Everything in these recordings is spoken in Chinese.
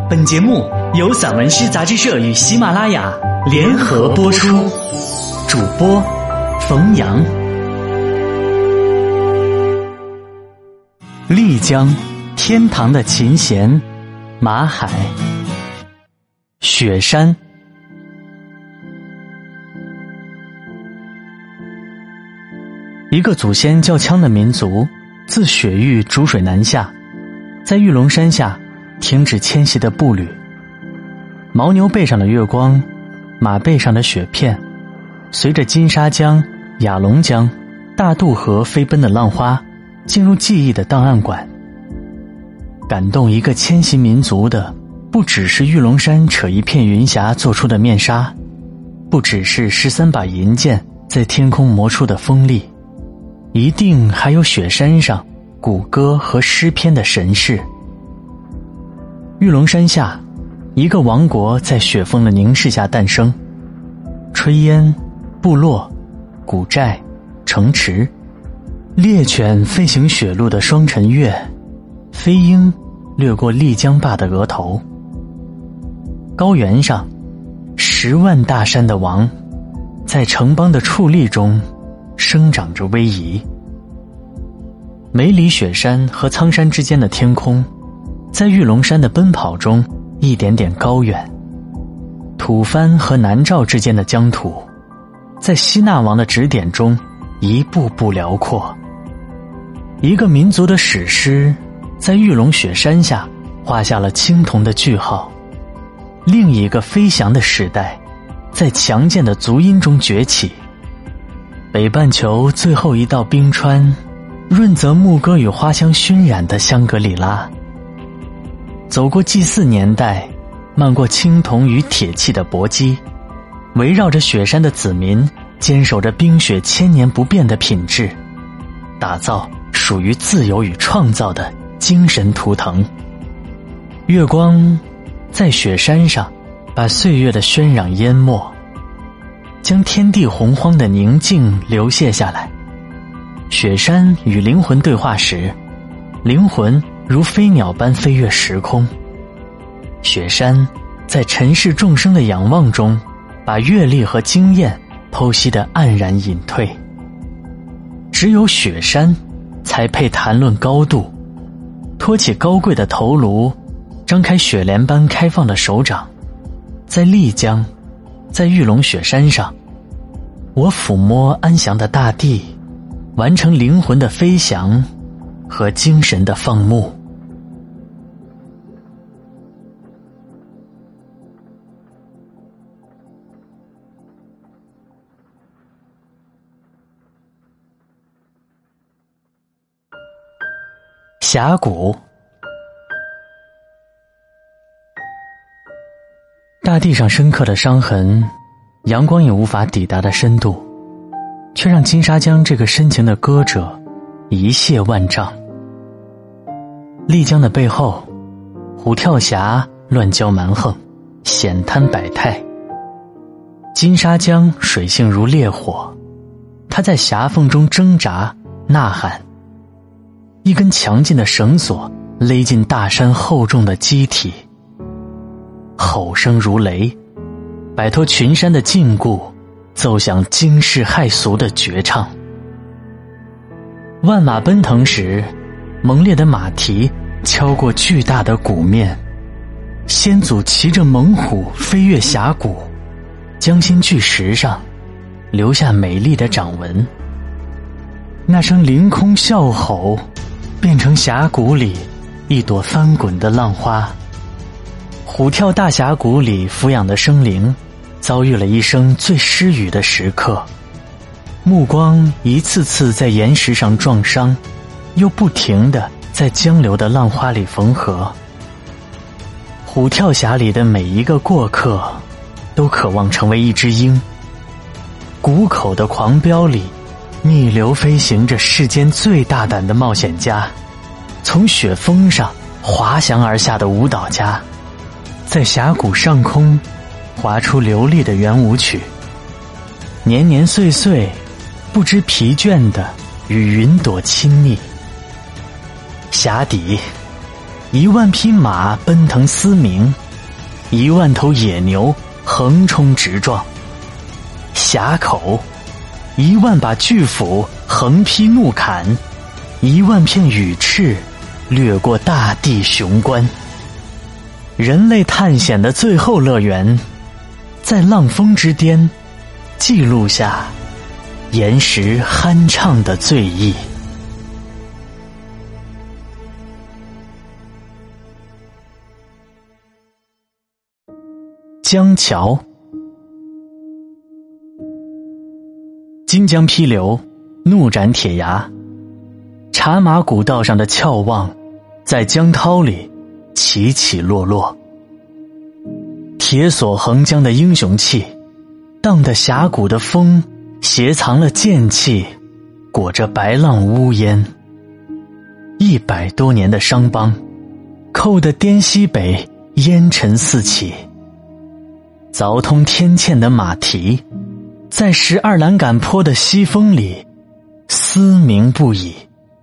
本节目由散文诗杂志社与喜马拉雅联合播出，主播冯阳。丽江，天堂的琴弦，马海，雪山。一个祖先叫羌的民族，自雪域逐水南下，在玉龙山下停止迁徙的步履。牦牛背上的月光，马背上的雪片，随着金沙江、雅砻江、大渡河飞奔的浪花，进入记忆的档案馆。感动一个迁徙民族的，不只是玉龙山扯一片云霞做出的面纱，不只是13把银剑在天空磨出的锋利，一定还有雪山上古歌和诗篇的神事。玉龙山下，一个王国在雪峰的凝视下诞生。炊烟、部落、古寨、城池，猎犬飞行雪路的双晨月，飞鹰掠过丽江坝的额头。高原上，10万大山的王，在城邦的矗立中生长着威仪。梅里雪山和苍山之间的天空，在玉龙山的奔跑中一点点高远。吐蕃和南诏之间的疆土，在西纳王的指点中一步步辽阔。一个民族的史诗，在玉龙雪山下画下了青铜的句号。另一个飞翔的时代，在强健的足音中崛起。北半球最后一道冰川，润泽牧歌与花香熏染的香格里拉。走过祭祀年代，漫过青铜与铁器的搏击，围绕着雪山的子民，坚守着冰雪1000年不变的品质，打造属于自由与创造的精神图腾。月光在雪山上把岁月的喧嚷淹没，将天地洪荒的宁静流泻下来。雪山与灵魂对话时，灵魂如飞鸟般飞越时空。雪山在尘世众生的仰望中，把阅历和经验剖析得黯然隐退。只有雪山才配谈论高度，托起高贵的头颅，张开雪莲般开放的手掌。在丽江，在玉龙雪山上，我抚摸安详的大地，完成灵魂的飞翔和精神的放牧。峡谷，大地上深刻的伤痕，阳光也无法抵达的深度，却让金沙江这个深情的歌者一泻万丈。丽江的背后，虎跳峡乱交蛮横，险滩百态。金沙江水性如烈火，它在峡缝中挣扎呐喊。一根强劲的绳索勒进大山厚重的机体，吼声如雷，摆脱群山的禁锢，奏响惊世骇俗的绝唱。万马奔腾时，猛烈的马蹄敲过巨大的鼓面，先祖骑着猛虎飞越峡谷，江心巨石上留下美丽的掌纹。那声凌空啸吼，变成峡谷里一朵翻滚的浪花。虎跳大峡谷里抚养的生灵，遭遇了一生最失语的时刻。目光一次次在岩石上撞伤，又不停地在江流的浪花里缝合。虎跳峡里的每一个过客，都渴望成为一只鹰。谷口的狂飙里，逆流飞行着世间最大胆的冒险家，从雪峰上滑翔而下的舞蹈家，在峡谷上空划出流丽的圆舞曲。年年岁岁，不知疲倦地与云朵亲密。峡底， 10000匹马奔腾嘶鸣，10000头野牛横冲直撞。峡口，10000把巨斧横劈怒砍，10000片羽翅掠过大地雄关。人类探险的最后乐园，在浪峰之巅记录下岩石酣畅的醉意。江桥，金江批流，怒斩铁崖。茶马古道上的眺望，在江涛里起起落落。铁索横江的英雄气，荡得峡谷的风携藏了剑气，裹着白浪乌烟。100多年的伤疤，扣得滇西北烟尘四起。凿通天堑的马蹄，在12栏杆坡的西风里嘶鸣不已。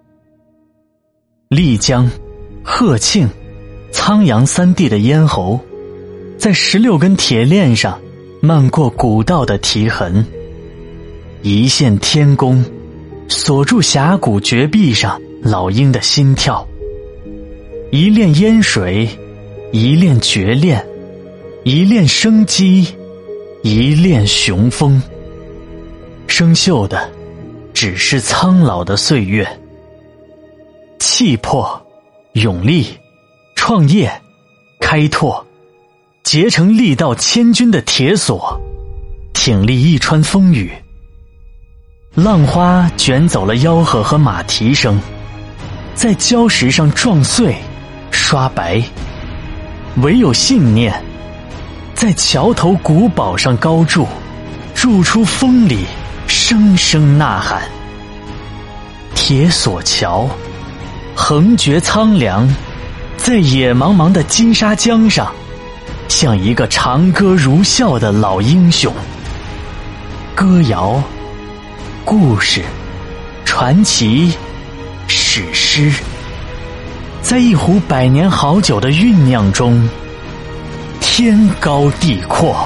丽江、鹤庆、苍阳3地的咽喉，在16根铁链上漫过古道的蹄痕。一线天宫，锁住峡谷绝壁上老鹰的心跳。一链烟水，一链绝链，一链生机，一链雄风。生锈的只是苍老的岁月。气魄、勇力、创业、开拓，结成力道千钧的铁索，挺立一川风雨。浪花卷走了吆喝和马蹄声，在礁石上撞碎刷白。唯有信念在桥头古堡上高筑，筑出风里声声呐喊。铁索桥横绝苍凉，在野茫茫的金沙江上，像一个长歌如啸的老英雄。歌谣、故事、传奇、史诗，在一壶100年好酒的酝酿中，天高地阔。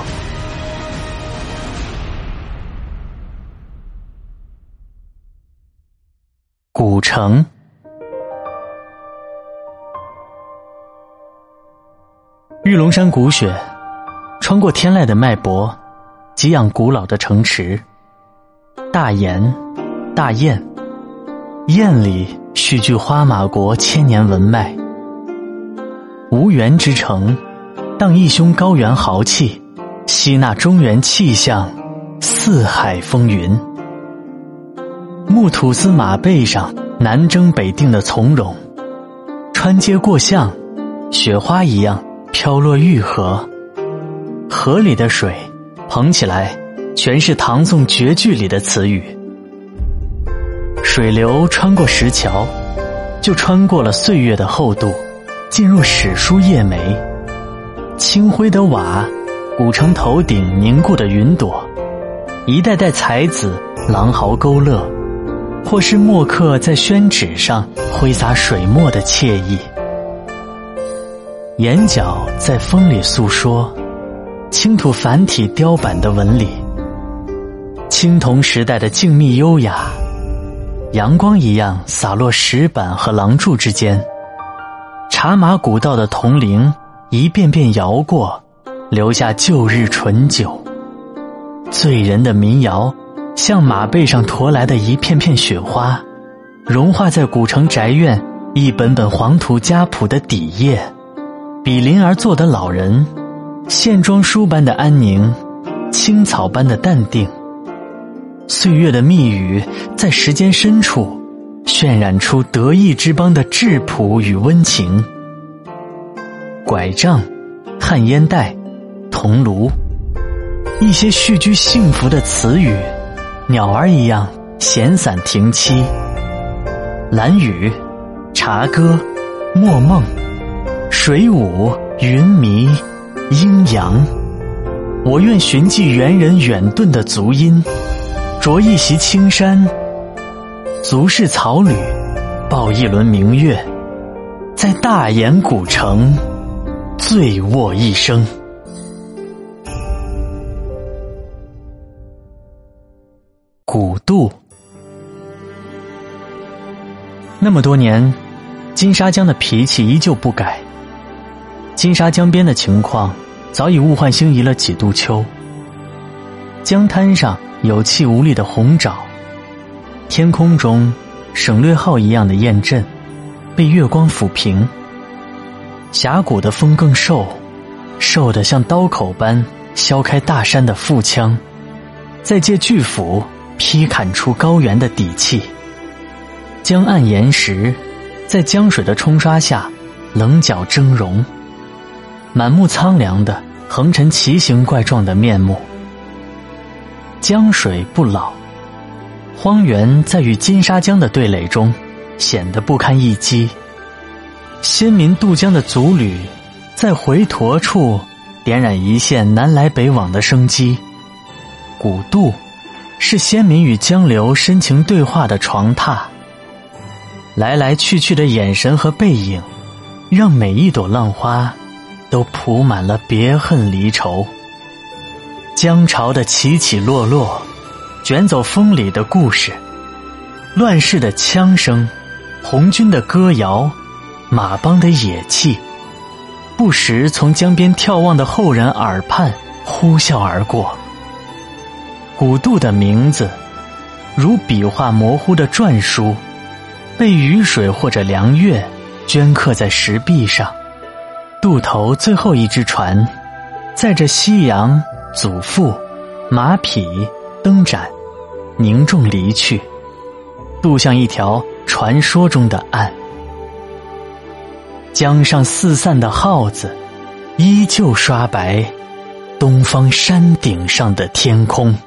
古城，玉龙山古雪穿过天籁的脉搏，给养古老的城池。大岩、大雁，雁里续具花马国千年文脉。无缘之城，荡一胸高原豪气，吸纳中原气象，四海风云。木土司马背上南征北定的从容，穿街过巷，雪花一样飘落玉河。河里的水捧起来全是唐宋绝句里的词语。水流穿过石桥，就穿过了岁月的厚度，进入史书页眉。青灰的瓦，古城头顶凝固的云朵，一代代才子狼嚎勾勒，或是墨客在宣纸上挥洒水墨的惬意。眼角在风里诉说，青土繁体雕版的纹理。青铜时代的静谧优雅，阳光一样洒落石板和廊柱之间。茶马古道的铜铃一遍遍摇过，留下旧日醇酒。醉人的民谣像马背上驮来的一片片雪花，融化在古城宅院一本本黄土家谱的底页。比邻而坐的老人，线装书般的安宁，青草般的淡定。岁月的密语在时间深处渲染出德意志邦的质朴与温情。拐杖、旱烟袋、铜炉，一些续居幸福的词语，鸟儿一样闲散停栖。兰语、茶歌、墨梦，水舞、云迷、阴阳。我愿寻迹猿人远遁的足音，着一袭青衫，足是草履，抱一轮明月。 在大研古城醉卧一生。古渡。那么多年，金沙江的脾气依旧不改。金沙江边的情况早已物换星移了几度秋。江滩上有气无力的红沼，天空中省略号一样的雁阵被月光抚平。峡谷的风更瘦，瘦得像刀口般削开大山的腹腔，再借巨斧劈砍出高原的底气。江岸岩石在江水的冲刷下棱角峥嵘，满目苍凉地横陈奇形怪状的面目。江水不老，荒原在与金沙江的对垒中显得不堪一击。先民渡江的足履在回沱处点染一线南来北往的生机。古渡是先民与江流深情对话的床榻，来来去去的眼神和背影，让每一朵浪花都铺满了别恨离愁。江潮的起起落落，卷走风里的故事，乱世的枪声，红军的歌谣，马帮的野气，不时从江边眺望的后人耳畔呼啸而过。古渡的名字如笔画模糊的篆书，被雨水或者凉月镌刻在石壁上。渡头最后一只船载着夕阳、祖父、马匹、灯盏凝重离去，渡向一条传说中的岸。江上四散的号子依旧刷白东方山顶上的天空。